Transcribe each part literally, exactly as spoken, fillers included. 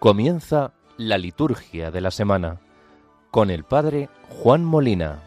Comienza la liturgia de la semana con el Padre Juan Molina.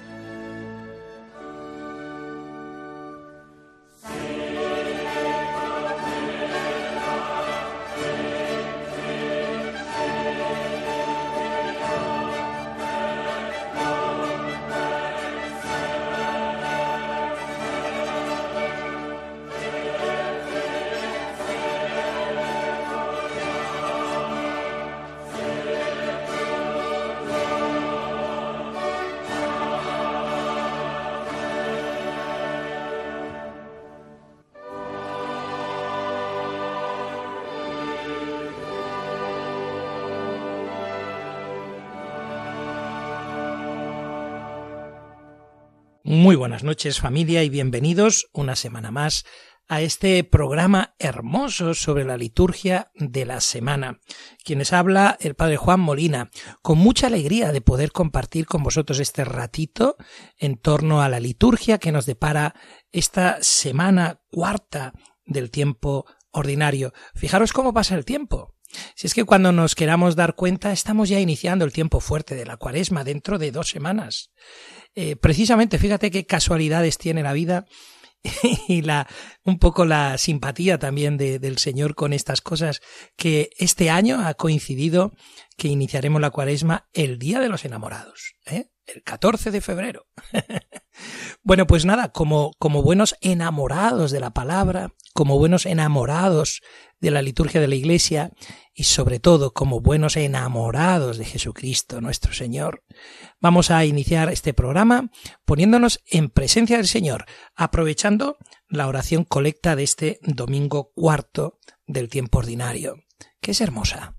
Muy buenas noches, familia, y bienvenidos una semana más a este programa hermoso sobre la liturgia de la semana. Quienes habla el Padre Juan Molina, con mucha alegría de poder compartir con vosotros este ratito en torno a la liturgia que nos depara esta semana cuarta del tiempo ordinario. Fijaros cómo pasa el tiempo. Si es que cuando nos queramos dar cuenta estamos ya iniciando el tiempo fuerte de la Cuaresma dentro de dos semanas. Eh, precisamente, fíjate qué casualidades tiene la vida y la un poco la simpatía también de, del Señor con estas cosas, que este año ha coincidido que iniciaremos la Cuaresma el Día de los Enamorados, ¿eh? El catorce de febrero. Bueno, pues nada, como, como buenos enamorados de la palabra, como buenos enamorados de la liturgia de la Iglesia y sobre todo como buenos enamorados de Jesucristo nuestro Señor, vamos a iniciar este programa poniéndonos en presencia del Señor, aprovechando la oración colecta de este domingo cuarto del tiempo ordinario, que es hermosa.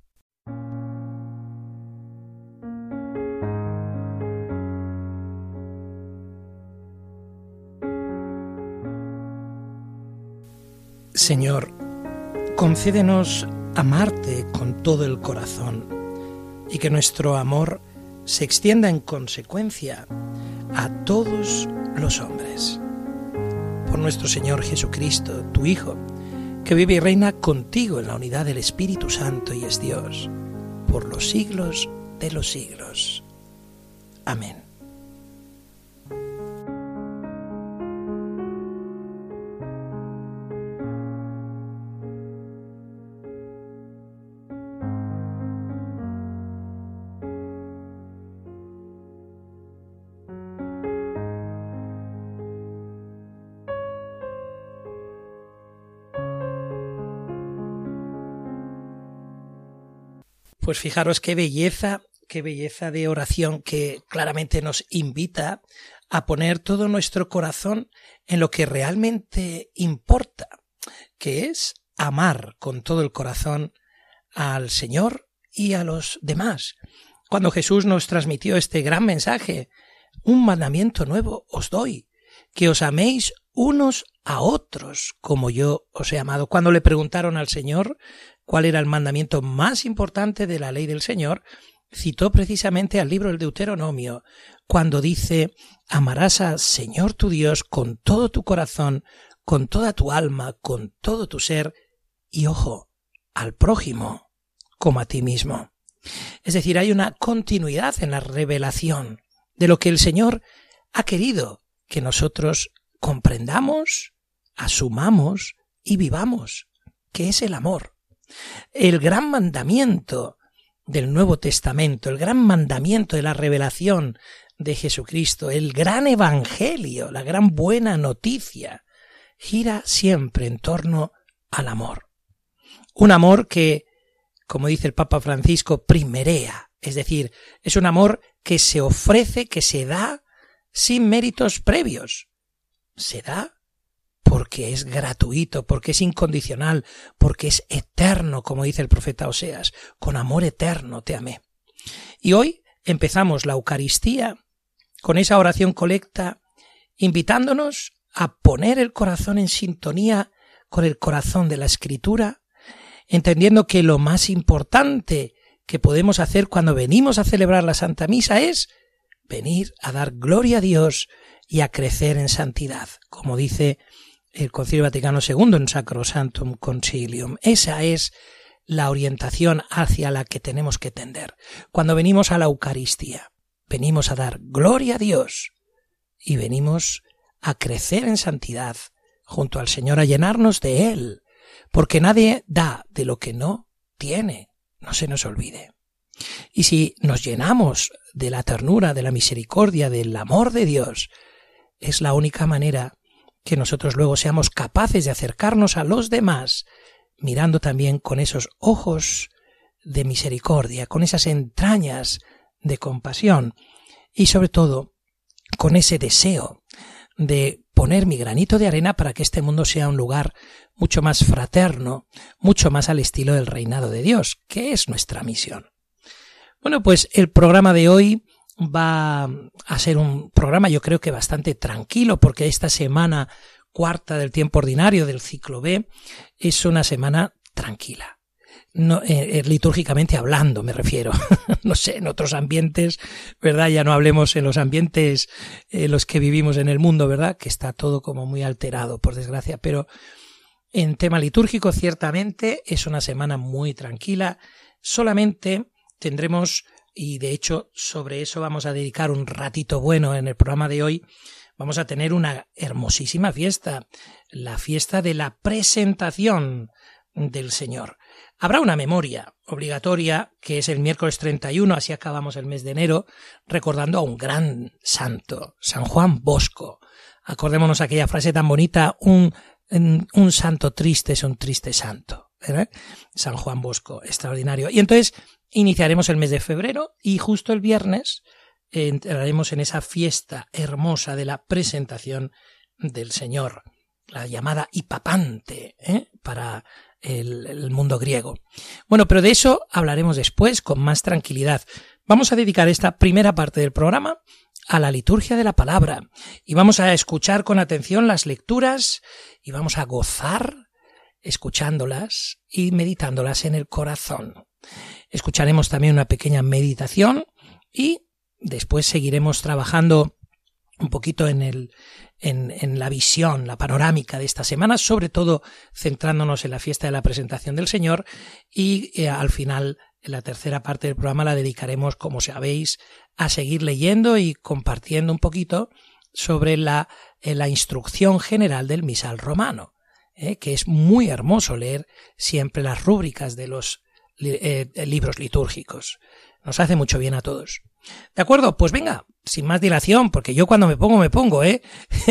Señor, concédenos amarte con todo el corazón y que nuestro amor se extienda en consecuencia a todos los hombres. Por nuestro Señor Jesucristo, tu Hijo, que vive y reina contigo en la unidad del Espíritu Santo y es Dios, por los siglos de los siglos. Amén. Pues fijaros qué belleza, qué belleza de oración que claramente nos invita a poner todo nuestro corazón en lo que realmente importa, que es amar con todo el corazón al Señor y a los demás. Cuando Jesús nos transmitió este gran mensaje, un mandamiento nuevo os doy, que os améis unos a otros como yo os he amado. Cuando le preguntaron al Señor cuál era el mandamiento más importante de la ley del Señor, citó precisamente al libro del Deuteronomio, cuando dice: amarás al Señor tu Dios con todo tu corazón, con toda tu alma, con todo tu ser, y ojo, al prójimo como a ti mismo. Es decir, hay una continuidad en la revelación de lo que el Señor ha querido que nosotros comprendamos, asumamos y vivamos, que es el amor. El gran mandamiento del Nuevo Testamento, el gran mandamiento de la revelación de Jesucristo, el gran evangelio, la gran buena noticia, gira siempre en torno al amor. Un amor que, como dice el Papa Francisco, primerea, es decir, es un amor que se ofrece, que se da sin méritos previos. Se da porque es gratuito, porque es incondicional, porque es eterno, como dice el profeta Oseas, con amor eterno te amé. Y hoy empezamos la Eucaristía con esa oración colecta, invitándonos a poner el corazón en sintonía con el corazón de la Escritura, entendiendo que lo más importante que podemos hacer cuando venimos a celebrar la Santa Misa es venir a dar gloria a Dios y a crecer en santidad, como dice el Concilio Vaticano segundo en Sacrosanctum Concilium. Esa es la orientación hacia la que tenemos que tender. Cuando venimos a la Eucaristía, venimos a dar gloria a Dios y venimos a crecer en santidad junto al Señor, a llenarnos de Él, porque nadie da de lo que no tiene, no se nos olvide. Y si nos llenamos de la ternura, de la misericordia, del amor de Dios, es la única manera que nosotros luego seamos capaces de acercarnos a los demás, mirando también con esos ojos de misericordia, con esas entrañas de compasión y sobre todo con ese deseo de poner mi granito de arena para que este mundo sea un lugar mucho más fraterno, mucho más al estilo del reinado de Dios, que es nuestra misión. Bueno, pues el programa de hoy va a ser un programa yo creo que bastante tranquilo, porque esta semana cuarta del tiempo ordinario del ciclo B es una semana tranquila. No, eh, litúrgicamente hablando me refiero, no sé, en otros ambientes, ¿verdad? Ya no hablemos en los ambientes en eh, los que vivimos en el mundo, ¿verdad? Que está todo como muy alterado, por desgracia, pero en tema litúrgico ciertamente es una semana muy tranquila. Solamente tendremos, y de hecho sobre eso vamos a dedicar un ratito bueno en el programa de hoy, vamos a tener una hermosísima fiesta, la fiesta de la presentación del Señor. Habrá una memoria obligatoria que es el miércoles treinta y uno, así acabamos el mes de enero, recordando a un gran santo, San Juan Bosco. Acordémonos aquella frase tan bonita, un, un santo triste es un triste santo, ¿verdad? San Juan Bosco, extraordinario. Y entonces iniciaremos el mes de febrero y justo el viernes entraremos en esa fiesta hermosa de la presentación del Señor, la llamada Hipapante, ¿eh? para el, el mundo griego. Bueno, pero de eso hablaremos después con más tranquilidad. Vamos a dedicar esta primera parte del programa a la liturgia de la palabra y vamos a escuchar con atención las lecturas y vamos a gozar escuchándolas y meditándolas en el corazón. Escucharemos también una pequeña meditación y después seguiremos trabajando un poquito en el en, en la visión, la panorámica de esta semana, sobre todo centrándonos en la fiesta de la presentación del Señor y eh, al final, en la tercera parte del programa, la dedicaremos, como sabéis, a seguir leyendo y compartiendo un poquito sobre la, eh, la instrucción general del misal romano, eh, que es muy hermoso leer siempre las rúbricas de los eh, libros litúrgicos. Nos hace mucho bien a todos. ¿De acuerdo? Pues venga, sin más dilación, porque yo cuando me pongo, me pongo, ¿eh?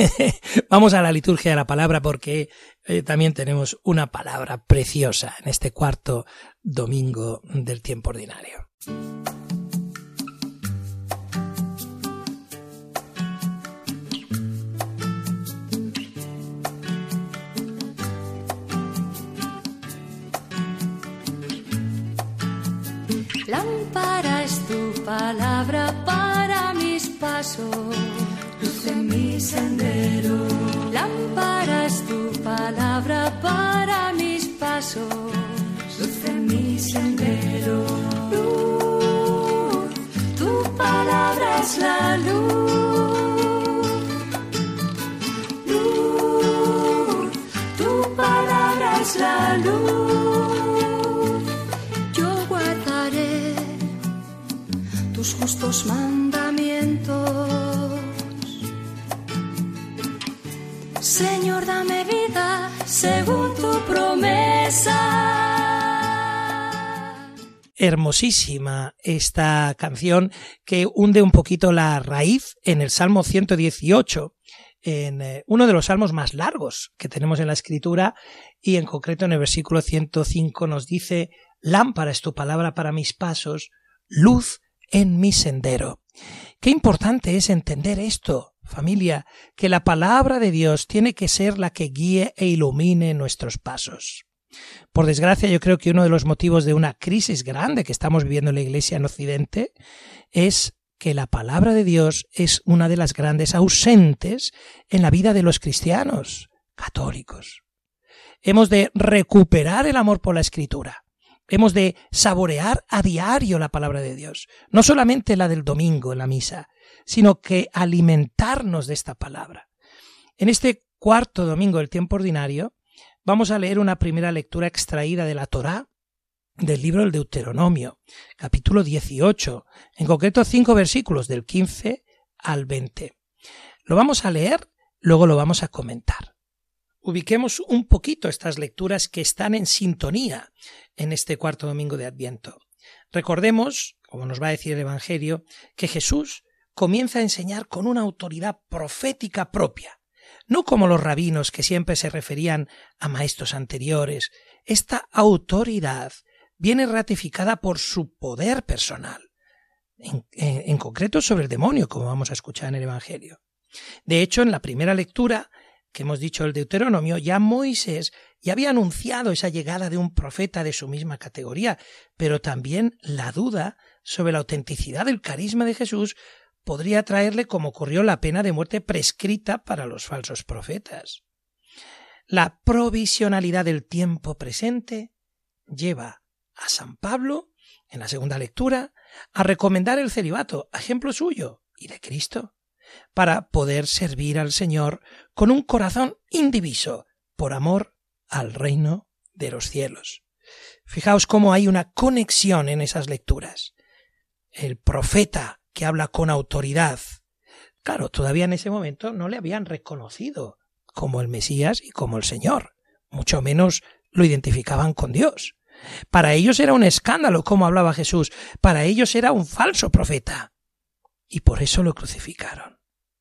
Vamos a la liturgia de la palabra porque eh, también tenemos una palabra preciosa en este cuarto domingo del tiempo ordinario. Lámpara es tu palabra para mis pasos, luz en mi sendero. Lámpara es tu palabra para mis pasos, luz en mi sendero. Luz, tu palabra es la luz. Luz, tu palabra es la luz. Tus justos mandamientos. Señor, dame vida según tu promesa. Hermosísima esta canción que hunde un poquito la raíz en el Salmo ciento dieciocho, en eh, uno de los salmos más largos que tenemos en la Escritura, y en concreto en el versículo ciento cinco nos dice: lámpara es tu palabra para mis pasos, luz en mi sendero. Qué importante es entender esto, familia, que la palabra de Dios tiene que ser la que guíe e ilumine nuestros pasos. Por desgracia, yo creo que uno de los motivos de una crisis grande que estamos viviendo en la Iglesia en Occidente es que la palabra de Dios es una de las grandes ausentes en la vida de los cristianos católicos. Hemos de recuperar el amor por la Escritura. Hemos de saborear a diario la palabra de Dios, no solamente la del domingo en la misa, sino que alimentarnos de esta palabra. En este cuarto domingo del tiempo ordinario vamos a leer una primera lectura extraída de la Torá, del libro del Deuteronomio, capítulo dieciocho, en concreto cinco versículos del quince al veinte. Lo vamos a leer, luego lo vamos a comentar. Ubiquemos un poquito estas lecturas que están en sintonía en este cuarto domingo de Adviento. Recordemos, como nos va a decir el Evangelio, que Jesús comienza a enseñar con una autoridad profética propia, no como los rabinos que siempre se referían a maestros anteriores. Esta autoridad viene ratificada por su poder personal, en, en, en concreto sobre el demonio, como vamos a escuchar en el Evangelio. De hecho, en la primera lectura que hemos dicho del Deuteronomio, ya Moisés ya había anunciado esa llegada de un profeta de su misma categoría, pero también la duda sobre la autenticidad del carisma de Jesús podría traerle, como ocurrió, la pena de muerte prescrita para los falsos profetas. La provisionalidad del tiempo presente lleva a San Pablo, en la segunda lectura, a recomendar el celibato, a ejemplo suyo y de Cristo, para poder servir al Señor con un corazón indiviso, por amor al reino de los cielos. Fijaos cómo hay una conexión en esas lecturas. El profeta que habla con autoridad, claro, todavía en ese momento no le habían reconocido como el Mesías y como el Señor, mucho menos lo identificaban con Dios. Para ellos era un escándalo cómo hablaba Jesús, para ellos era un falso profeta, y por eso lo crucificaron.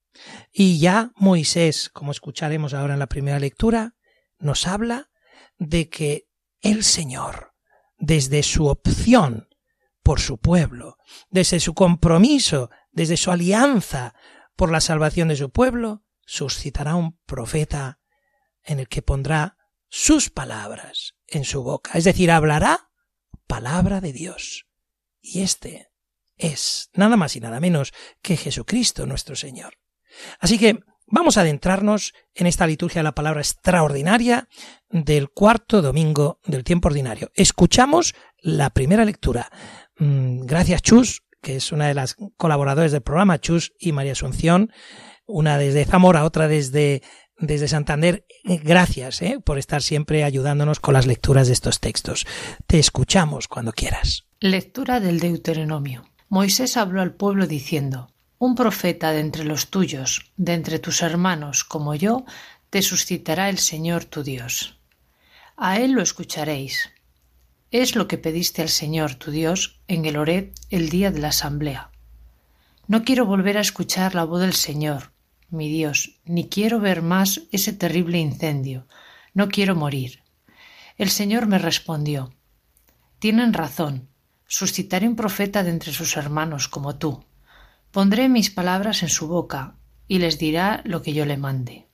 Y ya Moisés, como escucharemos ahora en la primera lectura, nos habla de que el Señor, desde su opción por su pueblo, desde su compromiso, desde su alianza por la salvación de su pueblo, suscitará un profeta en el que pondrá sus palabras en su boca, es decir, hablará palabra de Dios. Y este es nada más y nada menos que Jesucristo nuestro Señor. Así que vamos a adentrarnos en esta liturgia de la palabra extraordinaria del cuarto domingo del tiempo ordinario. Escuchamos la primera lectura. Gracias, Chus, que es una de las colaboradoras del programa, Chus y María Asunción, una desde Zamora, otra desde, desde Santander. Gracias eh, por estar siempre ayudándonos con las lecturas de estos textos. Te escuchamos cuando quieras. Lectura del Deuteronomio. Moisés habló al pueblo diciendo: Un profeta de entre los tuyos, de entre tus hermanos como yo, te suscitará el Señor tu Dios. A él lo escucharéis. Es lo que pediste al Señor tu Dios en el Horeb el día de la asamblea. No quiero volver a escuchar la voz del Señor, mi Dios, ni quiero ver más ese terrible incendio. No quiero morir. El Señor me respondió: Tienen razón, suscitaré un profeta de entre sus hermanos como tú. Pondré mis palabras en su boca y les dirá lo que yo le mande.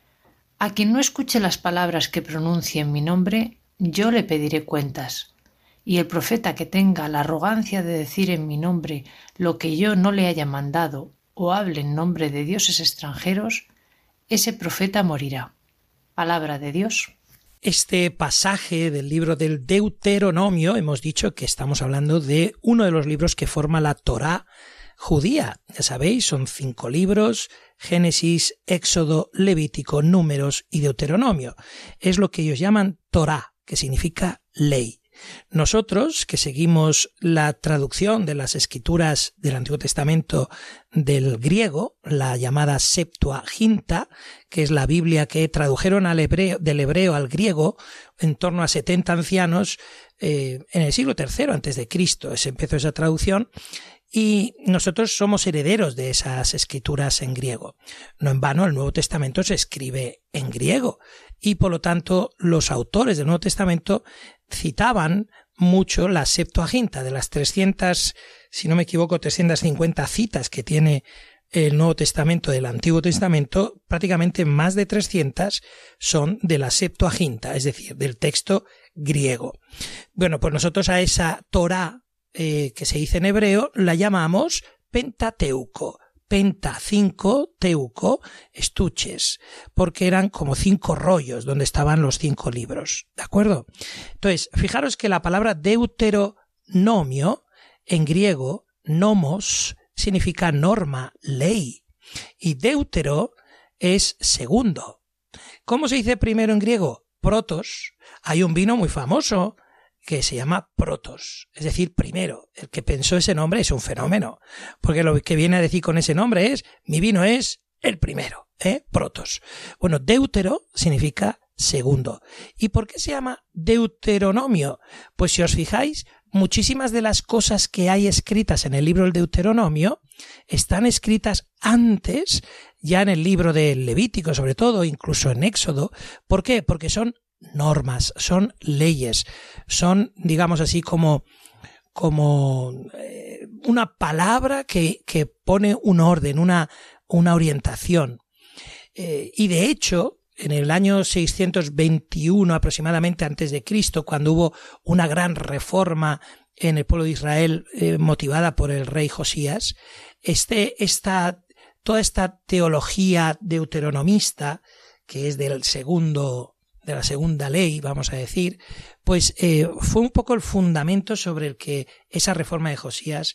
A quien no escuche las palabras que pronuncie en mi nombre, yo le pediré cuentas. Y el profeta que tenga la arrogancia de decir en mi nombre lo que yo no le haya mandado o hable en nombre de dioses extranjeros, ese profeta morirá. Palabra de Dios. Este pasaje del libro del Deuteronomio, hemos dicho que estamos hablando de uno de los libros que forma la Torá judía. Ya sabéis, son cinco libros: Génesis, Éxodo, Levítico, Números y Deuteronomio. Es lo que ellos llaman Torá, que significa ley. Nosotros, que seguimos la traducción de las escrituras del Antiguo Testamento del griego, la llamada Septuaginta, que es la Biblia que tradujeron al hebreo, del hebreo al griego en torno a setenta ancianos eh, en el siglo tercero antes de Cristo, se empezó esa traducción. Y nosotros somos herederos de esas escrituras en griego. No en vano el Nuevo Testamento se escribe en griego y por lo tanto los autores del Nuevo Testamento citaban mucho la Septuaginta. De las trescientas, si no me equivoco, trescientas cincuenta citas que tiene el Nuevo Testamento del Antiguo Testamento, prácticamente más de trescientas son de la Septuaginta, es decir, del texto griego. Bueno, pues nosotros a esa Torá Eh, que se dice en hebreo, la llamamos Pentateuco. Penta, cinco, teuco, estuches, porque eran como cinco rollos donde estaban los cinco libros, ¿de acuerdo? Entonces, fijaros que la palabra deuteronomio, en griego, nomos, significa norma, ley, y deutero es segundo. ¿Cómo se dice primero en griego? Protos. Hay un vino muy famoso que se llama protos, es decir, primero. El que pensó ese nombre es un fenómeno, porque lo que viene a decir con ese nombre es, mi vino es el primero, ¿eh? Protos. Bueno, deutero significa segundo. ¿Y por qué se llama Deuteronomio? Pues si os fijáis, muchísimas de las cosas que hay escritas en el libro del Deuteronomio están escritas antes, ya en el libro del Levítico sobre todo, incluso en Éxodo. ¿Por qué? Porque son normas, son leyes, son, digamos así, como, como eh, una palabra que, que pone un orden, una, una orientación. Eh, y de hecho, en el año seiscientos veintiuno aproximadamente antes de Cristo, cuando hubo una gran reforma en el pueblo de Israel eh, motivada por el rey Josías, este, esta, toda esta teología deuteronomista, que es del segundo de la segunda ley, vamos a decir, pues eh, fue un poco el fundamento sobre el que esa reforma de Josías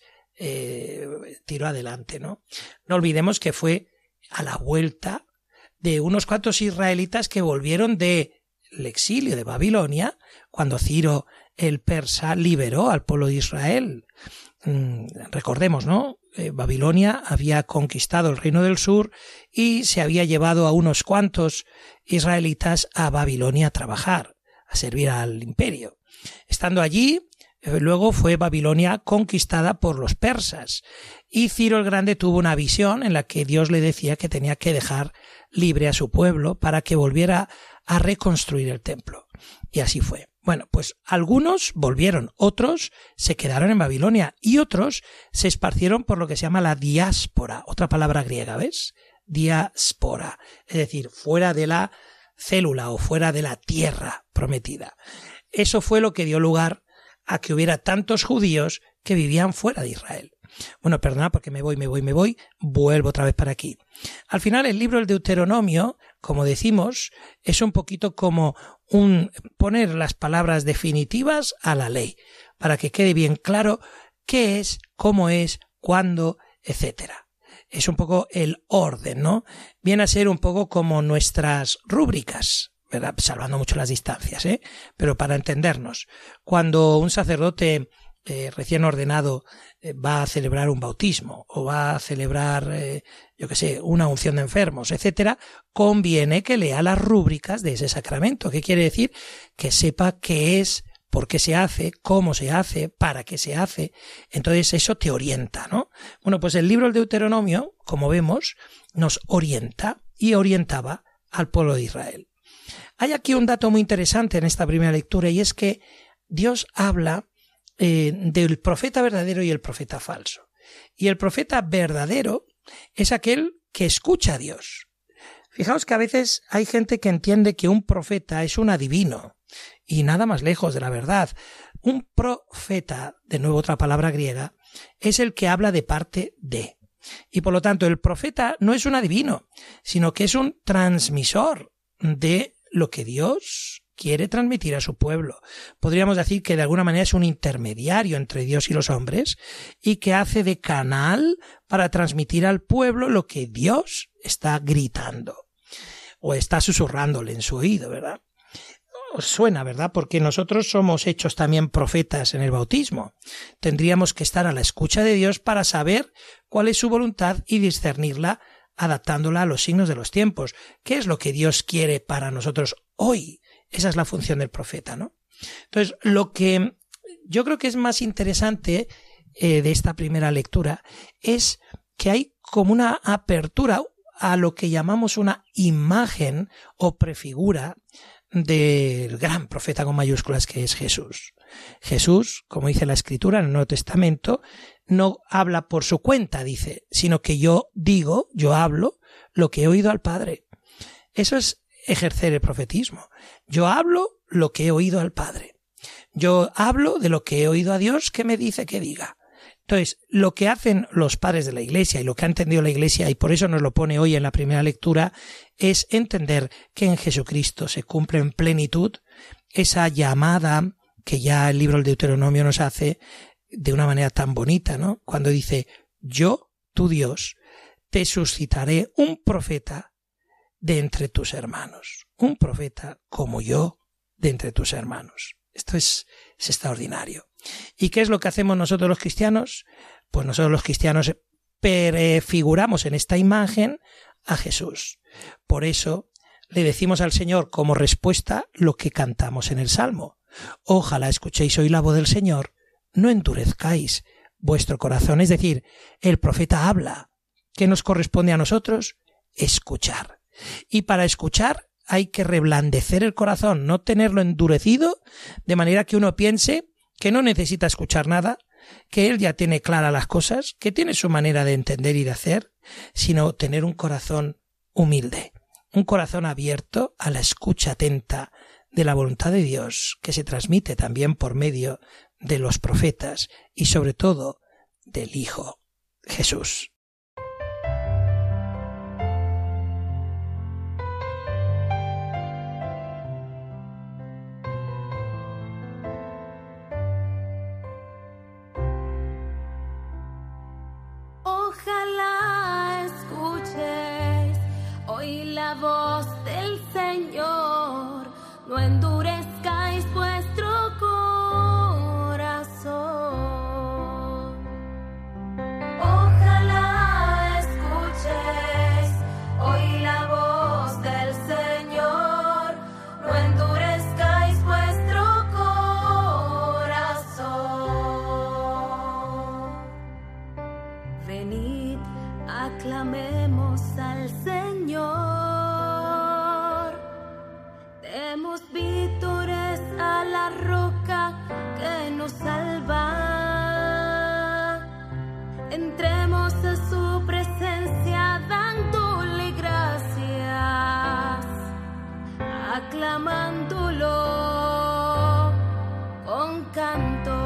eh, tiró adelante, ¿no? No olvidemos que fue a la vuelta de unos cuantos israelitas que volvieron del exilio de Babilonia, cuando Ciro el persa liberó al pueblo de Israel. Mm, recordemos, ¿no? Eh, Babilonia había conquistado el reino del sur y se había llevado a unos cuantos israelitas a Babilonia a trabajar, a servir al imperio. Estando allí, eh, luego fue Babilonia conquistada por los persas y Ciro el Grande tuvo una visión en la que Dios le decía que tenía que dejar libre a su pueblo para que volviera a reconstruir el templo. Y así fue. Bueno, pues algunos volvieron, otros se quedaron en Babilonia y otros se esparcieron por lo que se llama la diáspora, otra palabra griega, ¿ves? Diáspora, es decir, fuera de la célula o fuera de la tierra prometida. Eso fue lo que dio lugar a que hubiera tantos judíos que vivían fuera de Israel. Bueno, perdona porque me voy, me voy, me voy, vuelvo otra vez para aquí. Al final el libro del Deuteronomio, como decimos, es un poquito como un poner las palabras definitivas a la ley, para que quede bien claro qué es, cómo es, cuándo, etcétera. Es un poco el orden, ¿no? Viene a ser un poco como nuestras rúbricas, ¿verdad? Salvando mucho las distancias, ¿eh? Pero para entendernos, cuando un sacerdote Eh, recién ordenado eh, va a celebrar un bautismo o va a celebrar, eh, yo qué sé, una unción de enfermos, etcétera, conviene que lea las rúbricas de ese sacramento. ¿Qué quiere decir? Que sepa qué es, por qué se hace, cómo se hace, para qué se hace. Entonces eso te orienta, ¿no? Bueno, pues el libro del Deuteronomio, como vemos, nos orienta y orientaba al pueblo de Israel. Hay aquí un dato muy interesante en esta primera lectura y es que Dios habla Eh, del profeta verdadero y el profeta falso. Y el profeta verdadero es aquel que escucha a Dios. Fijaos que a veces hay gente que entiende que un profeta es un adivino y nada más lejos de la verdad. Un profeta, de nuevo otra palabra griega, es el que habla de parte de. Y por lo tanto el profeta no es un adivino, sino que es un transmisor de lo que Dios quiere transmitir a su pueblo. Podríamos decir que de alguna manera es un intermediario entre Dios y los hombres y que hace de canal para transmitir al pueblo lo que Dios está gritando o está susurrándole en su oído, ¿verdad? Os suena, ¿verdad? Porque nosotros somos hechos también profetas en el bautismo. Tendríamos que estar a la escucha de Dios para saber cuál es su voluntad y discernirla adaptándola a los signos de los tiempos. ¿Qué es lo que Dios quiere para nosotros hoy? Esa es la función del profeta, ¿no? Entonces, lo que yo creo que es más interesante eh, de esta primera lectura es que hay como una apertura a lo que llamamos una imagen o prefigura del gran profeta con mayúsculas que es Jesús. Jesús, como dice la Escritura en el Nuevo Testamento, no habla por su cuenta, dice, sino que yo digo, yo hablo lo que he oído al Padre. Eso es ejercer el profetismo. Yo hablo lo que he oído al Padre. Yo hablo de lo que he oído a Dios que me dice que diga. Entonces, lo que hacen los padres de la Iglesia y lo que ha entendido la Iglesia, y por eso nos lo pone hoy en la primera lectura, es entender que en Jesucristo se cumple en plenitud esa llamada que ya el libro del Deuteronomio nos hace de una manera tan bonita, ¿no? Cuando dice, yo, tu Dios, te suscitaré un profeta de entre tus hermanos, un profeta como yo de entre tus hermanos. Esto es, es extraordinario. ¿Y qué es lo que hacemos nosotros los cristianos? Pues nosotros los cristianos prefiguramos en esta imagen a Jesús. Por eso le decimos al Señor como respuesta lo que cantamos en el Salmo. Ojalá escuchéis hoy la voz del Señor, no endurezcáis vuestro corazón. Es decir, el profeta habla. ¿Qué nos corresponde a nosotros? Escuchar. Y para escuchar hay que reblandecer el corazón, no tenerlo endurecido, de manera que uno piense que no necesita escuchar nada, que él ya tiene claras las cosas, que tiene su manera de entender y de hacer, sino tener un corazón humilde, un corazón abierto a la escucha atenta de la voluntad de Dios, que se transmite también por medio de los profetas y sobre todo del Hijo Jesús. Ojalá escuches hoy la voz del Señor, no endurezcáis vuestro corazón. Ojalá escuches hoy la voz del Señor, no endurezcáis vuestro corazón. Venid, aclamemos al Señor, demos vítores a la roca que nos salva. Entremos a su presencia dándole gracias, aclamándolo con cantos.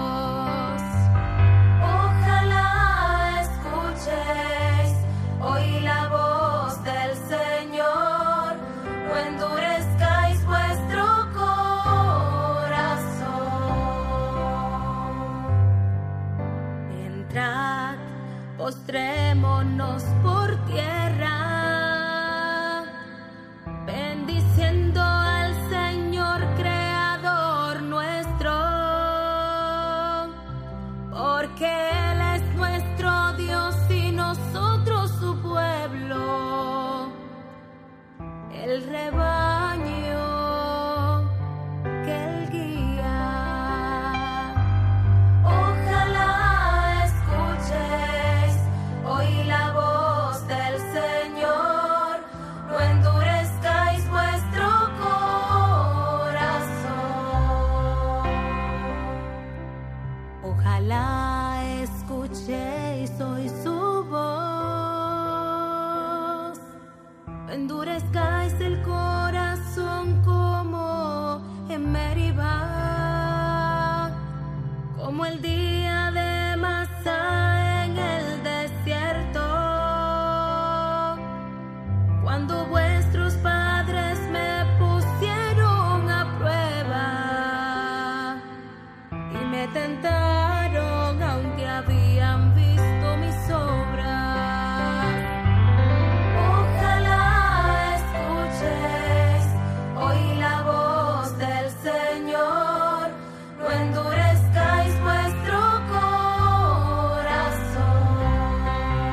Ojalá escuchéis hoy la voz del Señor, no endurezcáis vuestro corazón. Entrad, postrémonos por tierra, bendiciendo al Señor creador nuestro, porque Él es nuestro Dios y nosotros su pueblo, el rebaño que Él guía. Ojalá escuchéis hoy la voz del Señor, no endurezcáis vuestro corazón. Ojalá escuchéis hoy su voz, no endurezcáis el corazón como en Meribá, como el día de Masá en el desierto, cuando vuestros padres me pusieron a prueba y me tentaron aunque habían visto mis obras. Ojalá escuchéis hoy la voz del Señor, no endurezcáis vuestro corazón.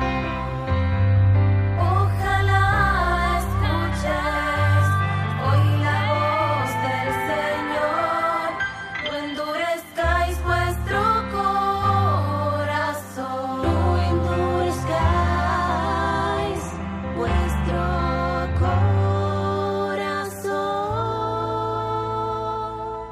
Ojalá escuchéis hoy la voz del Señor, no endurezcáis vuestro corazón. No endurezcáis vuestro corazón.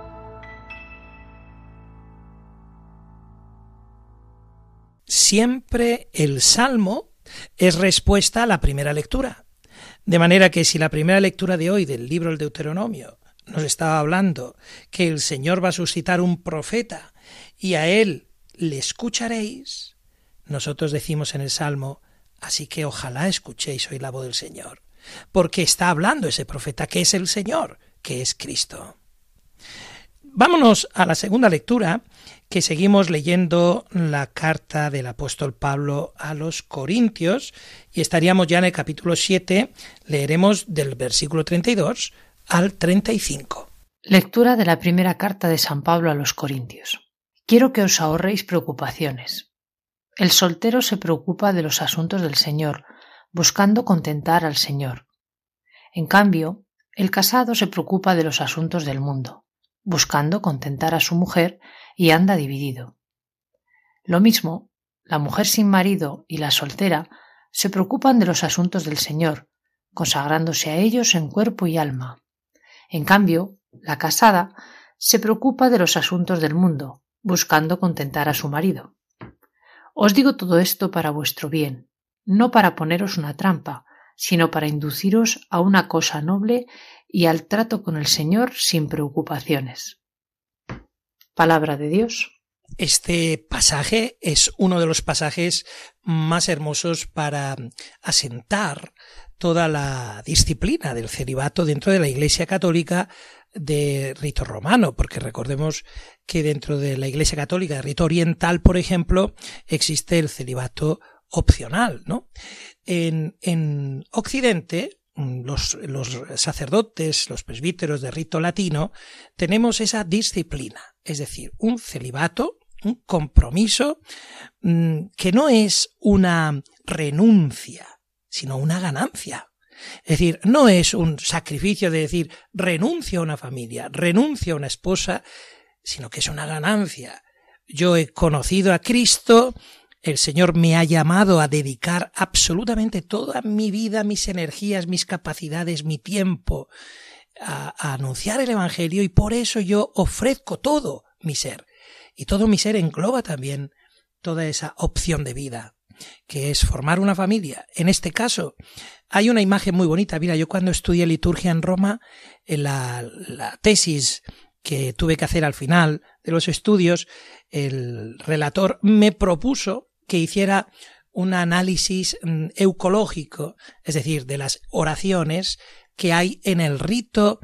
Siempre el Salmo es respuesta a la primera lectura. De manera que si la primera lectura de hoy del libro del Deuteronomio nos estaba hablando que el Señor va a suscitar un profeta y a él le escucharéis, nosotros decimos en el Salmo, así que ojalá escuchéis hoy la voz del Señor, porque está hablando ese profeta que es el Señor, que es Cristo. Vámonos a la segunda lectura, que seguimos leyendo la carta del apóstol Pablo a los Corintios, y estaríamos ya en el capítulo siete, leeremos del versículo treinta y dos al treinta y cinco. Lectura de la primera carta de San Pablo a los Corintios. Quiero que os ahorréis preocupaciones. El soltero se preocupa de los asuntos del Señor, buscando contentar al Señor. En cambio, el casado se preocupa de los asuntos del mundo, buscando contentar a su mujer y anda dividido. Lo mismo, la mujer sin marido y la soltera se preocupan de los asuntos del Señor, consagrándose a ellos en cuerpo y alma. En cambio, la casada se preocupa de los asuntos del mundo, buscando contentar a su marido. Os digo todo esto para vuestro bien, no para poneros una trampa, sino para induciros a una cosa noble y al trato con el Señor sin preocupaciones. Palabra de Dios. Este pasaje es uno de los pasajes más hermosos para asentar toda la disciplina del celibato dentro de la Iglesia Católica de rito romano, porque recordemos que dentro de la Iglesia Católica de rito oriental, por ejemplo, existe el celibato opcional, ¿no? En, en Occidente, los, los sacerdotes, los presbíteros de rito latino, tenemos esa disciplina, es decir, un celibato, un compromiso mmm, que no es una renuncia, sino una ganancia. Es decir, no es un sacrificio de decir renuncio a una familia, renuncio a una esposa, sino que es una ganancia. Yo he conocido a Cristo, el Señor me ha llamado a dedicar absolutamente toda mi vida, mis energías, mis capacidades, mi tiempo a, a anunciar el Evangelio, y por eso yo ofrezco todo mi ser. Y todo mi ser engloba también toda esa opción de vida, que es formar una familia. En este caso, hay una imagen muy bonita. Mira, yo cuando estudié liturgia en Roma, en la, la tesis que tuve que hacer al final de los estudios, el relator me propuso que hiciera un análisis eucológico, es decir, de las oraciones que hay en el rito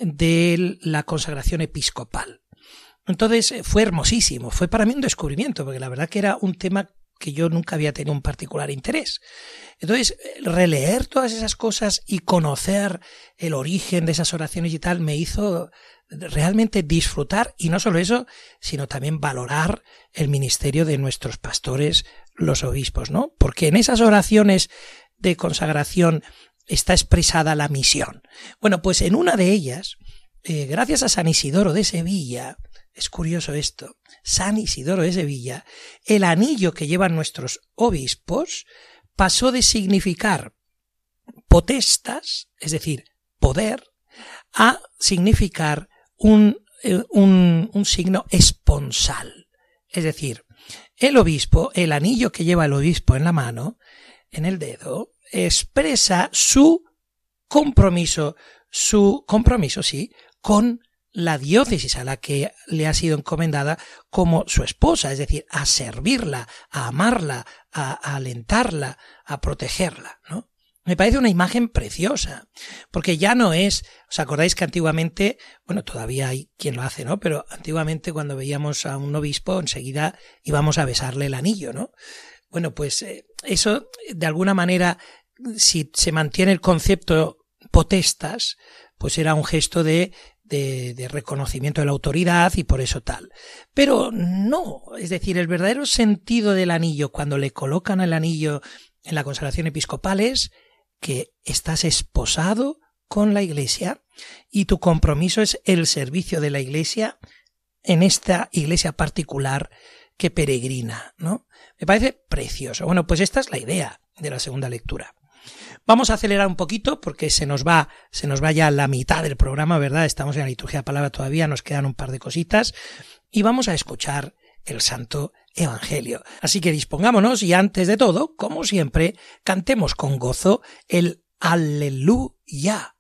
de la consagración episcopal. Entonces fue hermosísimo, fue para mí un descubrimiento, porque la verdad que era un tema que yo nunca había tenido un particular interés. Entonces, releer todas esas cosas y conocer el origen de esas oraciones y tal me hizo realmente disfrutar, y no solo eso, sino también valorar el ministerio de nuestros pastores, los obispos, ¿no? Porque en esas oraciones de consagración está expresada la misión. Bueno, pues en una de ellas, eh, gracias a San Isidoro de Sevilla, es curioso esto, San Isidoro de Sevilla, el anillo que llevan nuestros obispos pasó de significar potestas, es decir, poder, a significar un, un, un signo esponsal. Es decir, el obispo, el anillo que lleva el obispo en la mano, en el dedo, expresa su compromiso, su compromiso, sí, con la diócesis a la que le ha sido encomendada como su esposa, es decir, a servirla, a amarla, a, a alentarla, a protegerla, ¿no? Me parece una imagen preciosa, porque ya no es, ¿os acordáis que antiguamente, bueno, todavía hay quien lo hace, ¿no? Pero antiguamente cuando veíamos a un obispo enseguida íbamos a besarle el anillo, ¿no? Bueno, pues eh, eso de alguna manera, si se mantiene el concepto potestas, pues era un gesto de De, de reconocimiento de la autoridad y por eso tal. Pero no, es decir, el verdadero sentido del anillo cuando le colocan el anillo en la consagración episcopal es que estás esposado con la Iglesia y tu compromiso es el servicio de la Iglesia en esta iglesia particular que peregrina, ¿no? Me parece precioso. Bueno, pues esta es la idea de la segunda lectura. Vamos a acelerar un poquito porque se nos va, se nos va ya la mitad del programa, ¿verdad? Estamos en la liturgia de la palabra todavía, nos quedan un par de cositas y vamos a escuchar el Santo Evangelio. Así que dispongámonos y antes de todo, como siempre, cantemos con gozo el Aleluya,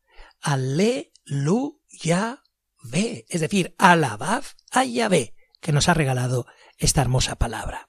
Aleluya, ve, es decir, alabad a Yahvé, que nos ha regalado esta hermosa palabra.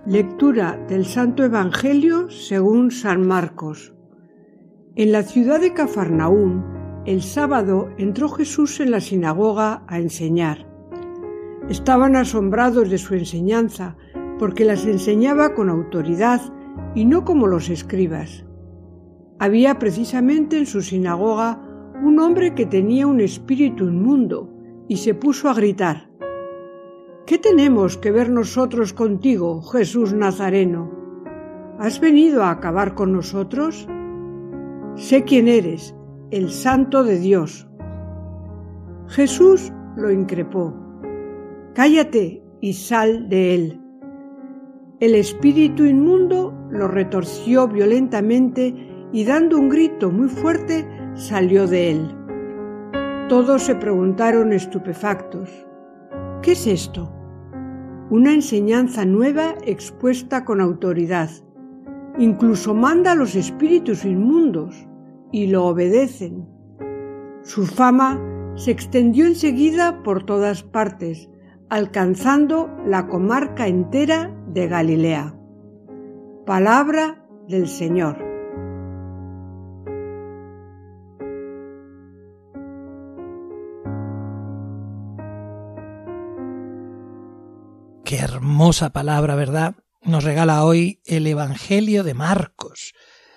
Lectura del Santo Evangelio según San Marcos. En la ciudad de Cafarnaún, el sábado entró Jesús en la sinagoga a enseñar. Estaban asombrados de su enseñanza, porque las enseñaba con autoridad y no como los escribas. Había precisamente en su sinagoga un hombre que tenía un espíritu inmundo y se puso a gritar: ¿Qué tenemos que ver nosotros contigo, Jesús Nazareno? ¿Has venido a acabar con nosotros? Sé quién eres, el Santo de Dios. Jesús lo increpó: Cállate y sal de él. El espíritu inmundo lo retorció violentamente y dando un grito muy fuerte salió de él. Todos se preguntaron estupefactos: ¿qué es esto? Una enseñanza nueva expuesta con autoridad. Incluso manda a los espíritus inmundos y lo obedecen. Su fama se extendió enseguida por todas partes, alcanzando la comarca entera de Galilea. Palabra del Señor. Qué hermosa palabra, ¿verdad? Nos regala hoy el Evangelio de Marcos.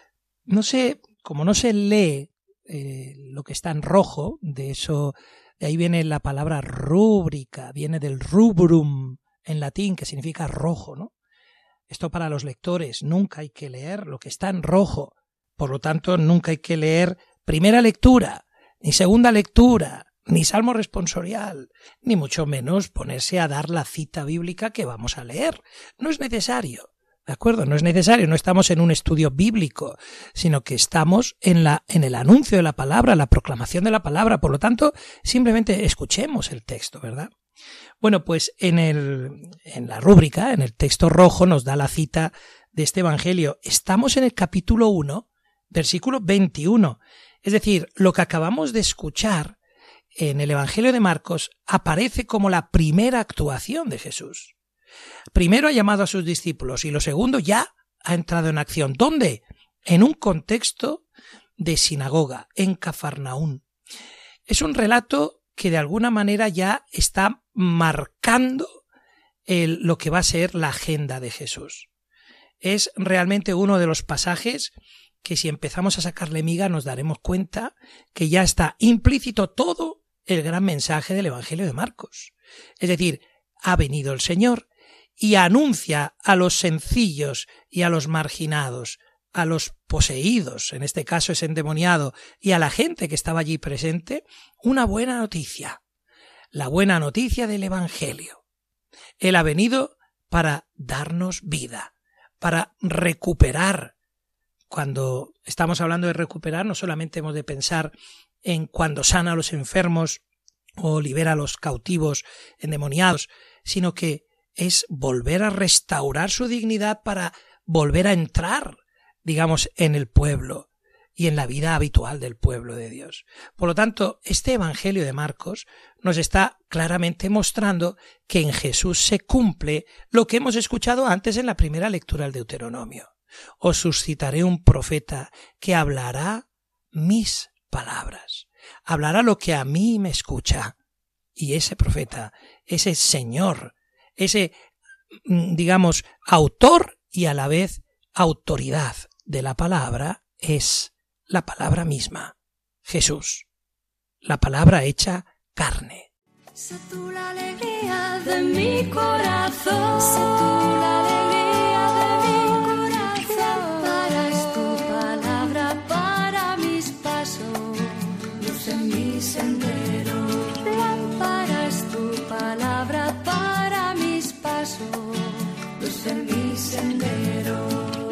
No sé, como no se lee eh, lo que está en rojo, de eso, de ahí viene la palabra rúbrica, viene del rubrum en latín, que significa rojo, ¿no? Esto para los lectores, nunca hay que leer lo que está en rojo. Por lo tanto, nunca hay que leer primera lectura, ni segunda lectura, ni salmo responsorial, ni mucho menos ponerse a dar la cita bíblica que vamos a leer. No es necesario, ¿de acuerdo? No es necesario, no estamos en un estudio bíblico, sino que estamos en la, en el anuncio de la palabra, la proclamación de la palabra. Por lo tanto, simplemente escuchemos el texto, ¿verdad? Bueno, pues en el, en la rúbrica, en el texto rojo, nos da la cita de este Evangelio. Estamos en el capítulo uno, versículo veintiuno. Es decir, lo que acabamos de escuchar en el Evangelio de Marcos aparece como la primera actuación de Jesús. Primero ha llamado a sus discípulos y lo segundo ya ha entrado en acción. ¿Dónde? En un contexto de sinagoga, en Cafarnaún. Es un relato que de alguna manera ya está marcando el, lo que va a ser la agenda de Jesús. Es realmente uno de los pasajes que si empezamos a sacarle miga nos daremos cuenta que ya está implícito todo el gran mensaje del Evangelio de Marcos. Es decir, ha venido el Señor y anuncia a los sencillos y a los marginados, a los poseídos, en este caso es endemoniado, y a la gente que estaba allí presente, una buena noticia, la buena noticia del Evangelio. Él ha venido para darnos vida, para recuperar. Cuando estamos hablando de recuperar, no solamente hemos de pensar en cuando sana a los enfermos o libera a los cautivos endemoniados, sino que es volver a restaurar su dignidad para volver a entrar, digamos, en el pueblo y en la vida habitual del pueblo de Dios. Por lo tanto, este Evangelio de Marcos nos está claramente mostrando que en Jesús se cumple lo que hemos escuchado antes en la primera lectura del Deuteronomio. Os suscitaré un profeta que hablará mis palabras, hablará lo que a mí me escucha. Y ese profeta, ese Señor, ese, digamos, autor y a la vez autoridad de la palabra es la palabra misma, Jesús, la palabra hecha carne. Sé tú la alegría de mi corazón, sé tú la alegría de mi corazón. Lámpara es tu palabra para mis pasos, luz en mi sendero. Lámpara es tu palabra para mis pasos, luz en mi sendero.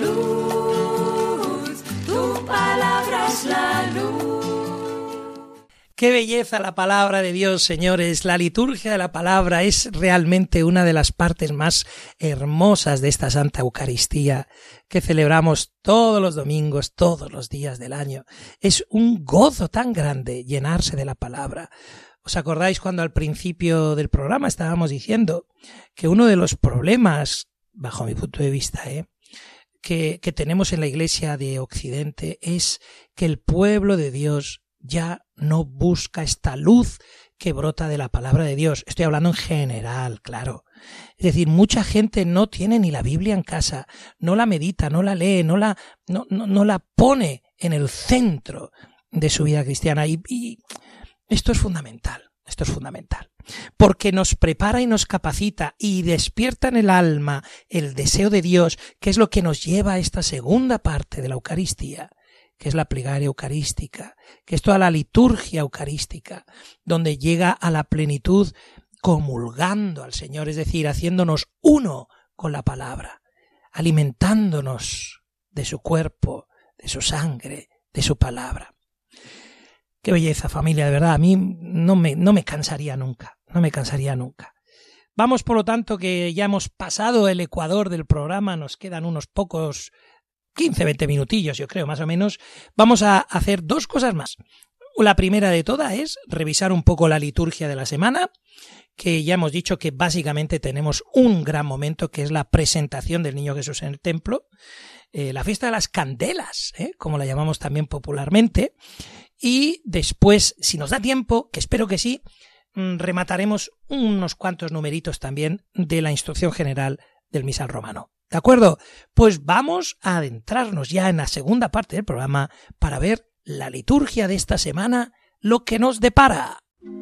Luz, tu palabra es la luz. ¡Qué belleza la palabra de Dios, señores! La liturgia de la palabra es realmente una de las partes más hermosas de esta Santa Eucaristía que celebramos todos los domingos, todos los días del año. Es un gozo tan grande llenarse de la palabra. ¿Os acordáis cuando al principio del programa estábamos diciendo que uno de los problemas bajo mi punto de vista, ¿eh? que, que tenemos en la Iglesia de Occidente es que el pueblo de Dios ya no busca esta luz que brota de la palabra de Dios. Estoy hablando en general, claro. Es decir, mucha gente no tiene ni la Biblia en casa, no la medita, no la lee, no la, no, no, no la pone en el centro de su vida cristiana. Y, y esto es fundamental, esto es fundamental. Porque nos prepara y nos capacita y despierta en el alma el deseo de Dios, que es lo que nos lleva a esta segunda parte de la Eucaristía, que es la plegaria eucarística, que es toda la liturgia eucarística, donde llega a la plenitud comulgando al Señor, es decir, haciéndonos uno con la palabra, alimentándonos de su cuerpo, de su sangre, de su palabra. Qué belleza, familia, de verdad, a mí no me, no me cansaría nunca, no me cansaría nunca. Vamos, por lo tanto, que ya hemos pasado el ecuador del programa, nos quedan unos pocos quince, veinte minutillos, yo creo, más o menos. Vamos a hacer dos cosas más. La primera de todas es revisar un poco la liturgia de la semana, que ya hemos dicho que básicamente tenemos un gran momento, que es la presentación del Niño Jesús en el templo, eh, la fiesta de las candelas, ¿eh? como la llamamos también popularmente, y después, si nos da tiempo, que espero que sí, remataremos unos cuantos numeritos también de la instrucción general del misal romano. ¿De acuerdo? Pues vamos a adentrarnos ya en la segunda parte del programa para ver la liturgia de esta semana, lo que nos depara.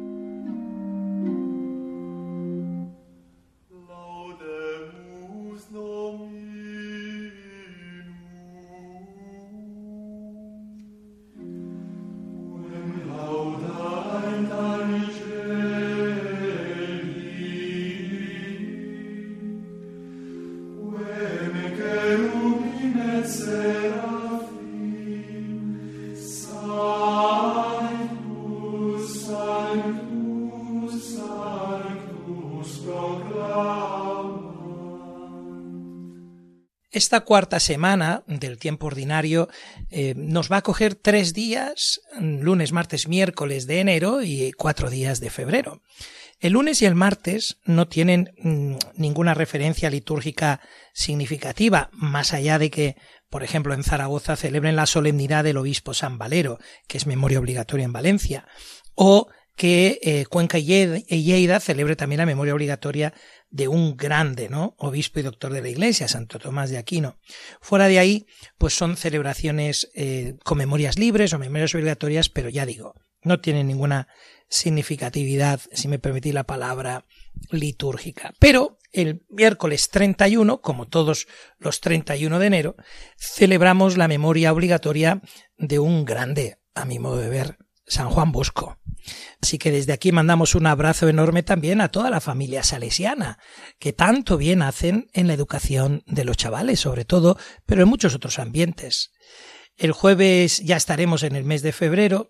Esta cuarta semana del tiempo ordinario eh, nos va a coger tres días, lunes, martes, miércoles de enero y cuatro días de febrero. El lunes y el martes no tienen mmm, ninguna referencia litúrgica significativa, más allá de que, por ejemplo, en Zaragoza celebren la solemnidad del obispo San Valero, que es memoria obligatoria en Valencia, o que eh, Cuenca y Lleida celebre también la memoria obligatoria de un grande, ¿no? Obispo y doctor de la Iglesia, Santo Tomás de Aquino. Fuera de ahí, pues son celebraciones eh, con memorias libres o memorias obligatorias, pero ya digo, no tienen ninguna significatividad, si me permitís la palabra, litúrgica. Pero el miércoles treinta y uno, como todos los treinta y uno de enero, celebramos la memoria obligatoria de un grande, a mi modo de ver, San Juan Bosco. Así que desde aquí mandamos un abrazo enorme también a toda la familia salesiana, que tanto bien hacen en la educación de los chavales, sobre todo, pero en muchos otros ambientes. El jueves ya estaremos en el mes de febrero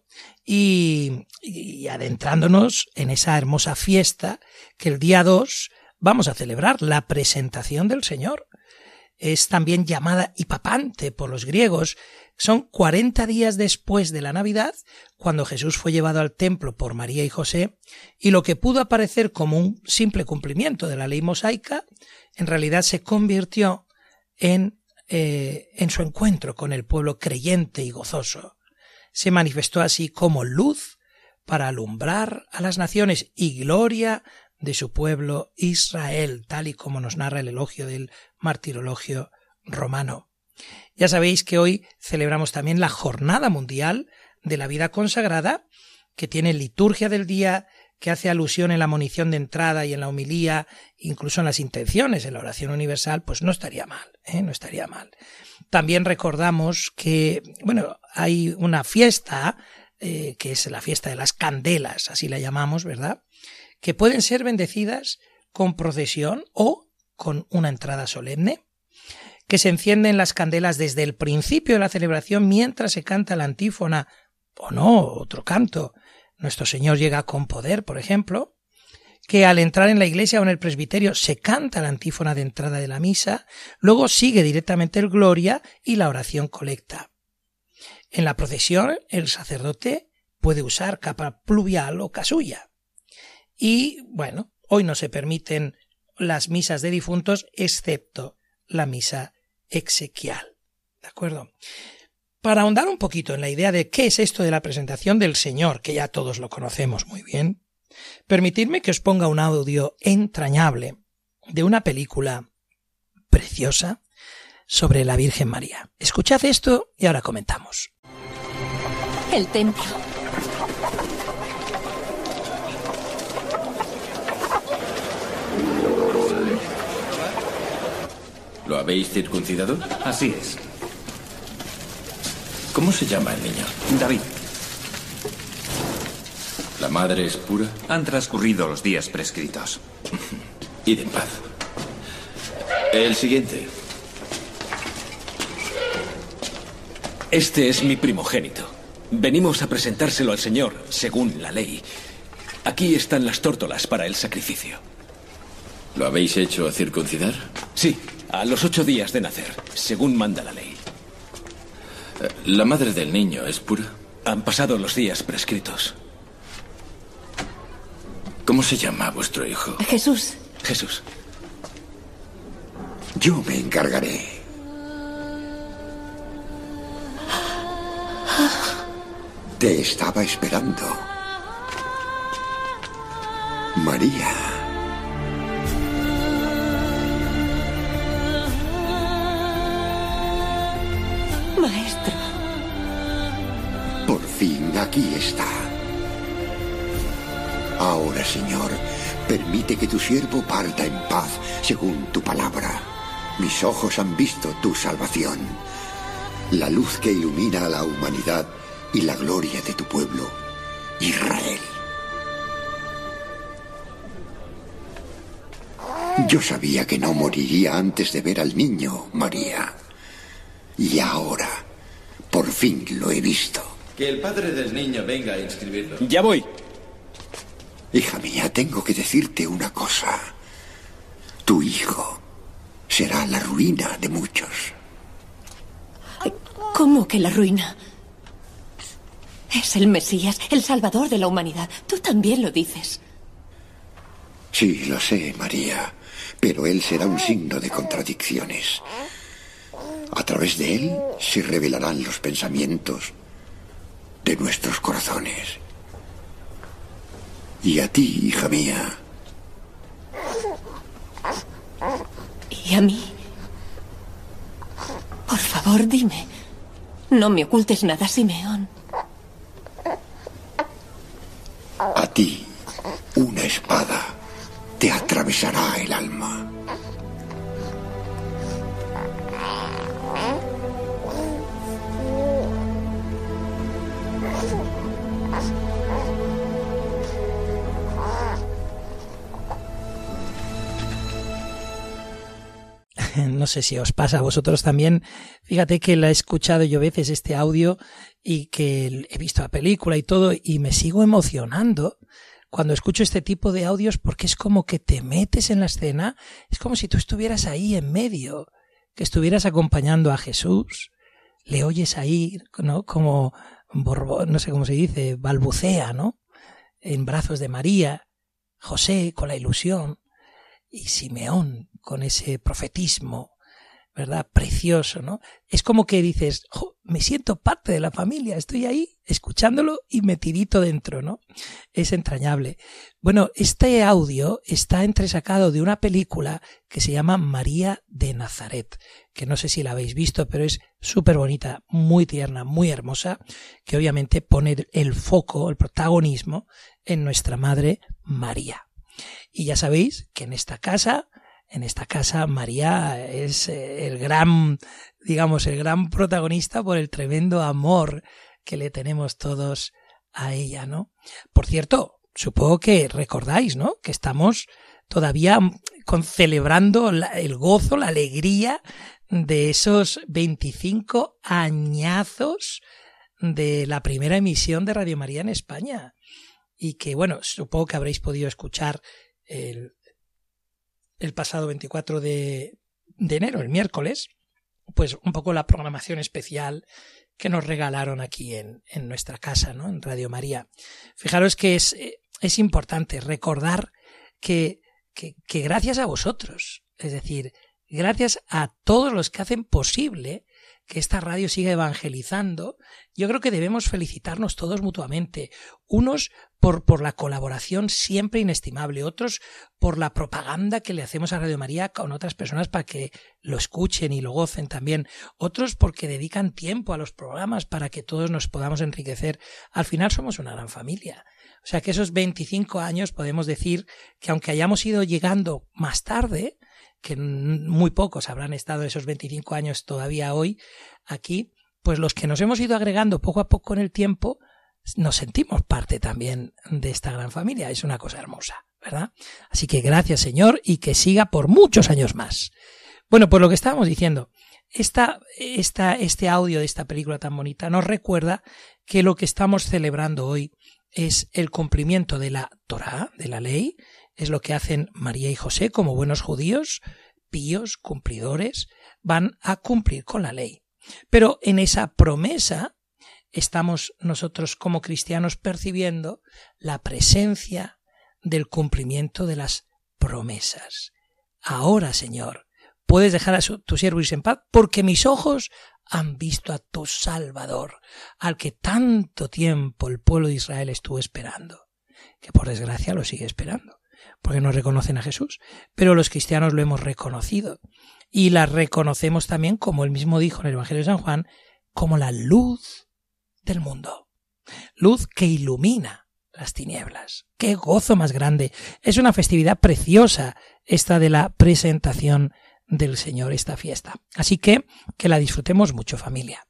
y, y adentrándonos en esa hermosa fiesta que el día dos vamos a celebrar, la presentación del Señor. Es también llamada Hipapante por los griegos. Son cuarenta días después de la Navidad, cuando Jesús fue llevado al templo por María y José, y lo que pudo aparecer como un simple cumplimiento de la ley mosaica, en realidad se convirtió en, eh, en su encuentro con el pueblo creyente y gozoso. Se manifestó así como luz para alumbrar a las naciones y gloria de su pueblo Israel, tal y como nos narra el elogio del martirologio romano. Ya sabéis que hoy celebramos también la Jornada Mundial de la Vida Consagrada, que tiene liturgia del día, que hace alusión en la monición de entrada y en la homilía, incluso en las intenciones, en la oración universal, pues no estaría mal, ¿eh? no estaría mal. También recordamos que, bueno, hay una fiesta, eh, que es la fiesta de las candelas, así la llamamos, ¿verdad?, que pueden ser bendecidas con procesión o con una entrada solemne, que se encienden las candelas desde el principio de la celebración mientras se canta la antífona, o no, otro canto, Nuestro Señor llega con poder, por ejemplo, que al entrar en la iglesia o en el presbiterio se canta la antífona de entrada de la misa, luego sigue directamente el Gloria y la oración colecta. En la procesión el sacerdote puede usar capa pluvial o casulla. Y, bueno, hoy no se permiten las misas de difuntos, excepto la misa exequial. ¿De acuerdo? Para ahondar un poquito en la idea de qué es esto de la presentación del Señor, que ya todos lo conocemos muy bien, permitidme que os ponga un audio entrañable de una película preciosa sobre la Virgen María. Escuchad esto y ahora comentamos. El templo. ¿Lo habéis circuncidado? Así es. ¿Cómo se llama el niño? David. ¿La madre es pura? Han transcurrido los días prescritos. Id en paz. El siguiente. Este es mi primogénito. Venimos a presentárselo al Señor, según la ley. Aquí están las tórtolas para el sacrificio. ¿Lo habéis hecho circuncidar? Sí, a los ocho días de nacer, según manda la ley. ¿La madre del niño es pura? Han pasado los días prescritos. ¿Cómo se llama vuestro hijo? Jesús. Jesús. Yo me encargaré. Te estaba esperando. María. Maestro. Por fin aquí está. Ahora, Señor, permite que tu siervo parta en paz según tu palabra. Mis ojos han visto tu salvación, la luz que ilumina a la humanidad y la gloria de tu pueblo, Israel. Yo sabía que no moriría antes de ver al niño, María. Y ahora, por fin lo he visto. Que el padre del niño venga a inscribirlo. Ya voy. Hija mía, tengo que decirte una cosa. Tu hijo será la ruina de muchos. ¿Cómo que la ruina? Es el Mesías, el Salvador de la humanidad. Tú también lo dices. Sí, lo sé, María, pero él será un signo de contradicciones. A través de él se revelarán los pensamientos de nuestros corazones. Y a ti, hija mía. ¿Y a mí? Por favor, dime. No me ocultes nada, Simeón. A ti, una espada te atravesará el alma. No sé si os pasa a vosotros también. Fíjate que la he escuchado yo veces este audio y que he visto la película y todo y me sigo emocionando cuando escucho este tipo de audios porque es como que te metes en la escena, es como si tú estuvieras ahí en medio, que estuvieras acompañando a Jesús, le oyes ahí, ¿no? Como, borbo, no sé cómo se dice, balbucea, ¿no? En brazos de María, José con la ilusión y Simeón con ese profetismo, ¿verdad? Precioso, ¿no? Es como que dices, oh, me siento parte de la familia, estoy ahí escuchándolo y metidito dentro, ¿no? Es entrañable. Bueno, este audio está entresacado de una película que se llama María de Nazaret, que no sé si la habéis visto, pero es súper bonita, muy tierna, muy hermosa, que obviamente pone el foco, el protagonismo en nuestra Madre María. Y ya sabéis que en esta casa En esta casa María es el gran, digamos, el gran protagonista por el tremendo amor que le tenemos todos a ella, ¿no? Por cierto, supongo que recordáis, ¿no? Que estamos todavía con, celebrando la, el gozo, la alegría de esos veinticinco añazos de la primera emisión de Radio María en España. Y que, bueno, supongo que habréis podido escuchar el el pasado veinticuatro de enero, el miércoles, pues un poco la programación especial que nos regalaron aquí en, en nuestra casa, ¿no? En Radio María. Fijaros que es, es importante recordar que que, que gracias a vosotros, es decir, gracias a todos los que hacen posible que esta radio siga evangelizando, yo creo que debemos felicitarnos todos mutuamente, unos por, por la colaboración siempre inestimable, otros por la propaganda que le hacemos a Radio María con otras personas para que lo escuchen y lo gocen también, otros porque dedican tiempo a los programas para que todos nos podamos enriquecer. Al final somos una gran familia. O sea que esos veinticinco años podemos decir que aunque hayamos ido llegando más tarde, que muy pocos habrán estado esos veinticinco años todavía hoy aquí, pues los que nos hemos ido agregando poco a poco en el tiempo, nos sentimos parte también de esta gran familia. Es una cosa hermosa, ¿verdad? Así que gracias, Señor, y que siga por muchos años más. Bueno, pues lo que estábamos diciendo, esta, esta, este audio de esta película tan bonita nos recuerda que lo que estamos celebrando hoy es el cumplimiento de la Torá, de la ley. Es lo que hacen María y José como buenos judíos, píos, cumplidores, van a cumplir con la ley. Pero en esa promesa estamos nosotros como cristianos percibiendo la presencia del cumplimiento de las promesas. Ahora, Señor, puedes dejar a tu siervo irse en paz, porque mis ojos han visto a tu Salvador, al que tanto tiempo el pueblo de Israel estuvo esperando, que por desgracia lo sigue esperando, porque no reconocen a Jesús, pero los cristianos lo hemos reconocido y la reconocemos también, como él mismo dijo en el Evangelio de San Juan, como la luz del mundo, luz que ilumina las tinieblas. ¡Qué gozo más grande! Es una festividad preciosa esta de la presentación del Señor, esta fiesta. Así que que la disfrutemos mucho, familia.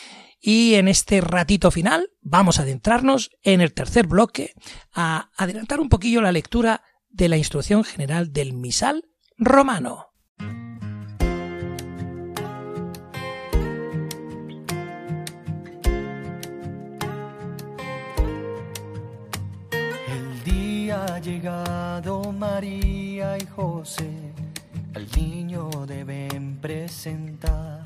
Y en este ratito final vamos a adentrarnos en el tercer bloque, a adelantar un poquillo la lectura de la instrucción general del misal romano. El día ha llegado, María y José al niño deben presentar.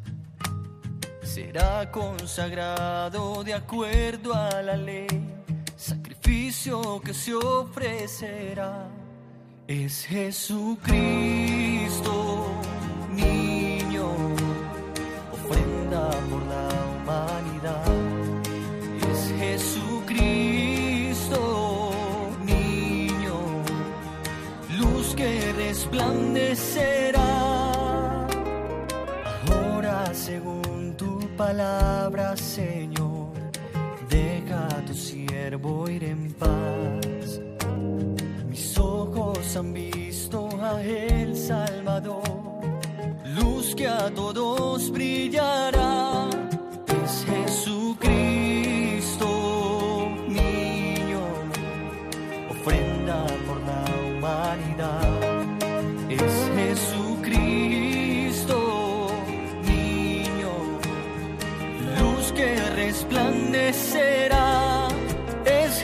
Será consagrado de acuerdo a la ley, sacrificio que se ofrecerá. Es Jesucristo, niño, ofrenda por la humanidad. Es Jesucristo, niño, luz que resplandecerá. Ahora, según tu palabra, Señor, deja a tu siervo ir en paz. Mis ojos han visto a el Salvador, luz que a todos brillará. Es Jesucristo, niño, ofrenda por la humanidad. Es Jesucristo, niño, luz que resplandecerá. Es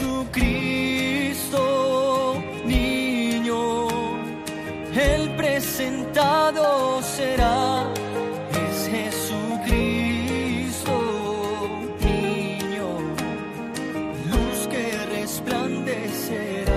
Jesucristo, niño, el presentado será. Es Jesucristo, niño, luz que resplandecerá.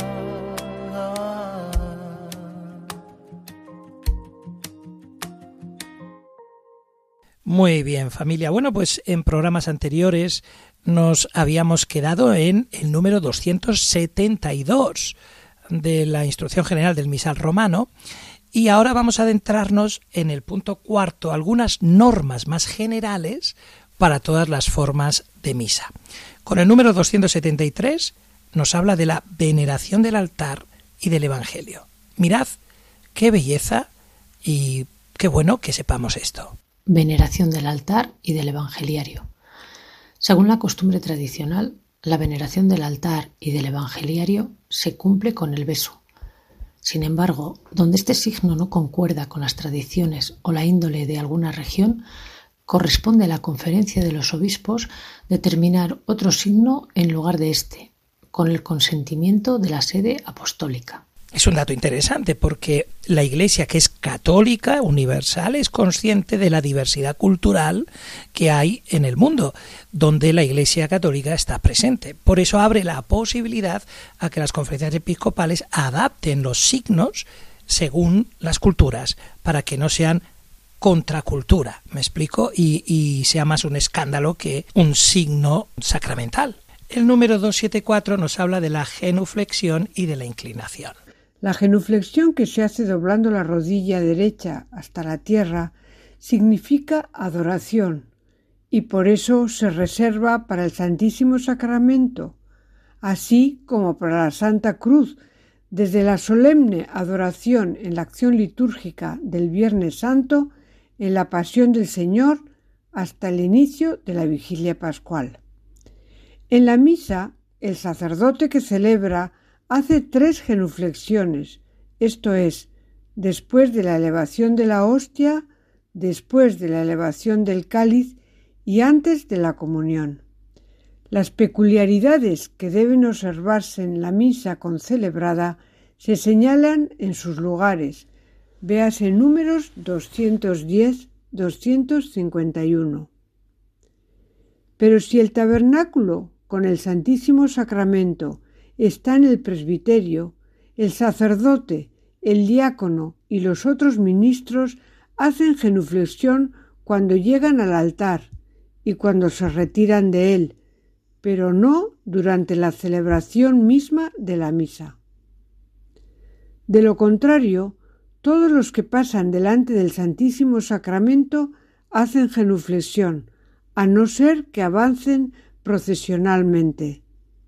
Muy bien, familia. Bueno, pues en programas anteriores nos habíamos quedado en el número doscientos setenta y dos de la Instrucción General del Misal Romano y ahora vamos a adentrarnos en el punto cuarto, algunas normas más generales para todas las formas de misa. Con el número doscientos setenta y tres nos habla de la veneración del altar y del Evangelio. Mirad qué belleza y qué bueno que sepamos esto. Veneración del altar y del evangeliario. Según la costumbre tradicional, la veneración del altar y del evangeliario se cumple con el beso. Sin embargo, donde este signo no concuerda con las tradiciones o la índole de alguna región, corresponde a la conferencia de los obispos determinar otro signo en lugar de este, con el consentimiento de la sede apostólica. es un dato interesante porque la Iglesia, que es católica, universal, es consciente de la diversidad cultural que hay en el mundo, donde la Iglesia católica está presente. Por eso abre la posibilidad a que las conferencias episcopales adapten los signos según las culturas, para que no sean contracultura, ¿me explico? Y, y sea más un escándalo que un signo sacramental. El número doscientos setenta y cuatro nos habla de la genuflexión y de la inclinación. La genuflexión, que se hace doblando la rodilla derecha hasta la tierra, significa adoración y por eso se reserva para el Santísimo Sacramento, así como para la Santa Cruz, desde la solemne adoración en la acción litúrgica del Viernes Santo, en la Pasión del Señor, hasta el inicio de la Vigilia Pascual. En la misa, el sacerdote que celebra hace tres genuflexiones, esto es, después de la elevación de la hostia, después de la elevación del cáliz y antes de la comunión. Las peculiaridades que deben observarse en la misa concelebrada se señalan en sus lugares, véase números doscientos diez a doscientos cincuenta y uno. Pero si el tabernáculo con el Santísimo Sacramento está en el presbiterio, el sacerdote, el diácono y los otros ministros hacen genuflexión cuando llegan al altar y cuando se retiran de él, pero no durante la celebración misma de la misa. De lo contrario, todos los que pasan delante del Santísimo Sacramento hacen genuflexión, a no ser que avancen procesionalmente.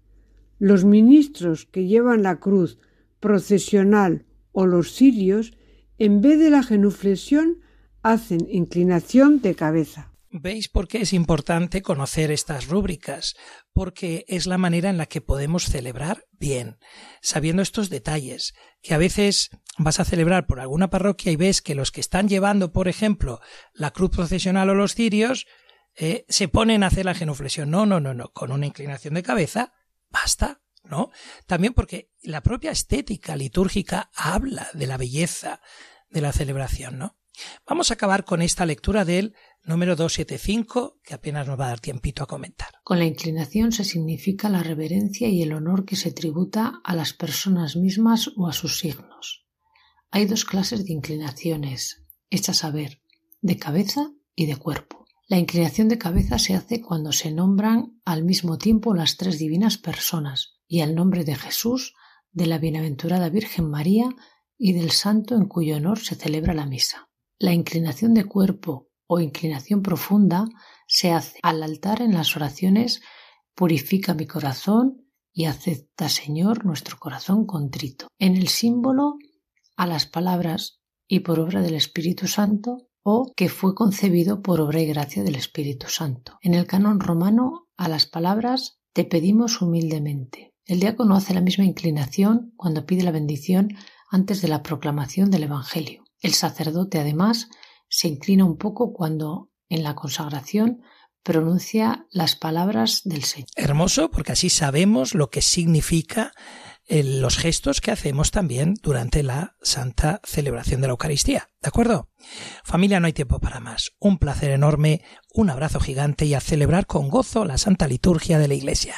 Los ministros que llevan la cruz procesional o los cirios, en vez de la genuflexión, hacen inclinación de cabeza. ¿Veis por qué es importante conocer estas rúbricas? Porque es la manera en la que podemos celebrar bien, sabiendo estos detalles, que a veces vas a celebrar por alguna parroquia y ves que los que están llevando, por ejemplo, la cruz procesional o los cirios, eh, se ponen a hacer la genuflexión. No, no, no, no, con una inclinación de cabeza basta, ¿no? También porque la propia estética litúrgica habla de la belleza de la celebración, ¿no? Vamos a acabar con esta lectura del número doscientos setenta y cinco, que apenas nos va a dar tiempito a comentar. Con la inclinación se significa la reverencia y el honor que se tributa a las personas mismas o a sus signos. Hay dos clases de inclinaciones, es a saber, de cabeza y de cuerpo. La inclinación de cabeza se hace cuando se nombran al mismo tiempo las tres divinas personas y el nombre de Jesús, de la bienaventurada Virgen María y del santo en cuyo honor se celebra la misa. La inclinación de cuerpo o inclinación profunda se hace al altar en las oraciones «Purifica mi corazón» y «Acepta, Señor, nuestro corazón contrito». En el símbolo a las palabras «y por obra del Espíritu Santo» o «que fue concebido por obra y gracia del Espíritu Santo». En el canon romano a las palabras «te pedimos humildemente». El diácono hace la misma inclinación cuando pide la bendición antes de la proclamación del Evangelio. El sacerdote, además, se inclina un poco cuando, en la consagración, pronuncia las palabras del Señor. Hermoso, porque así sabemos lo que significa eh, los gestos que hacemos también durante la santa celebración de la Eucaristía. ¿De acuerdo? Familia, no hay tiempo para más. Un placer enorme, un abrazo gigante y a celebrar con gozo la Santa Liturgia de la Iglesia.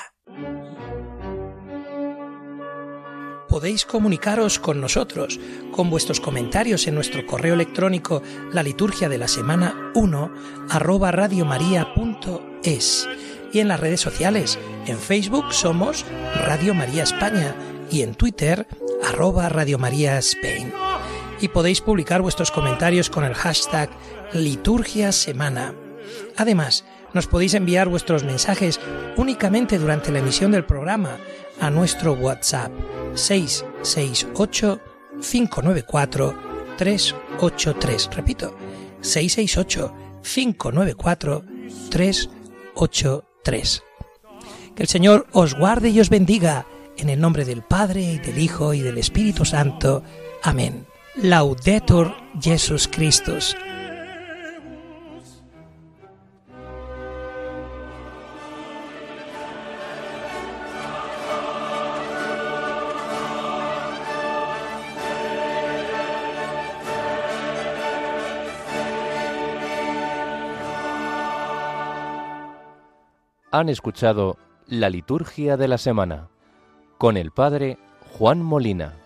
Podéis comunicaros con nosotros con vuestros comentarios en nuestro correo electrónico la liturgia de la semana uno arroba radiomaria punto es y en las redes sociales. En Facebook somos Radio María España y en Twitter arroba Radio María Spain. Y podéis publicar vuestros comentarios con el hashtag Liturgia Semana. Además, nos podéis enviar vuestros mensajes únicamente durante la emisión del programa a nuestro WhatsApp seis seis ocho, cinco nueve cuatro, tres ocho tres. Repito, seis seis ocho, cinco nueve cuatro, tres ocho tres. Que el Señor os guarde y os bendiga, en el nombre del Padre, y del Hijo, y del Espíritu Santo. Amén. Laudetur Jesus Christus. Han escuchado la liturgia de la semana con el padre Juan Molina.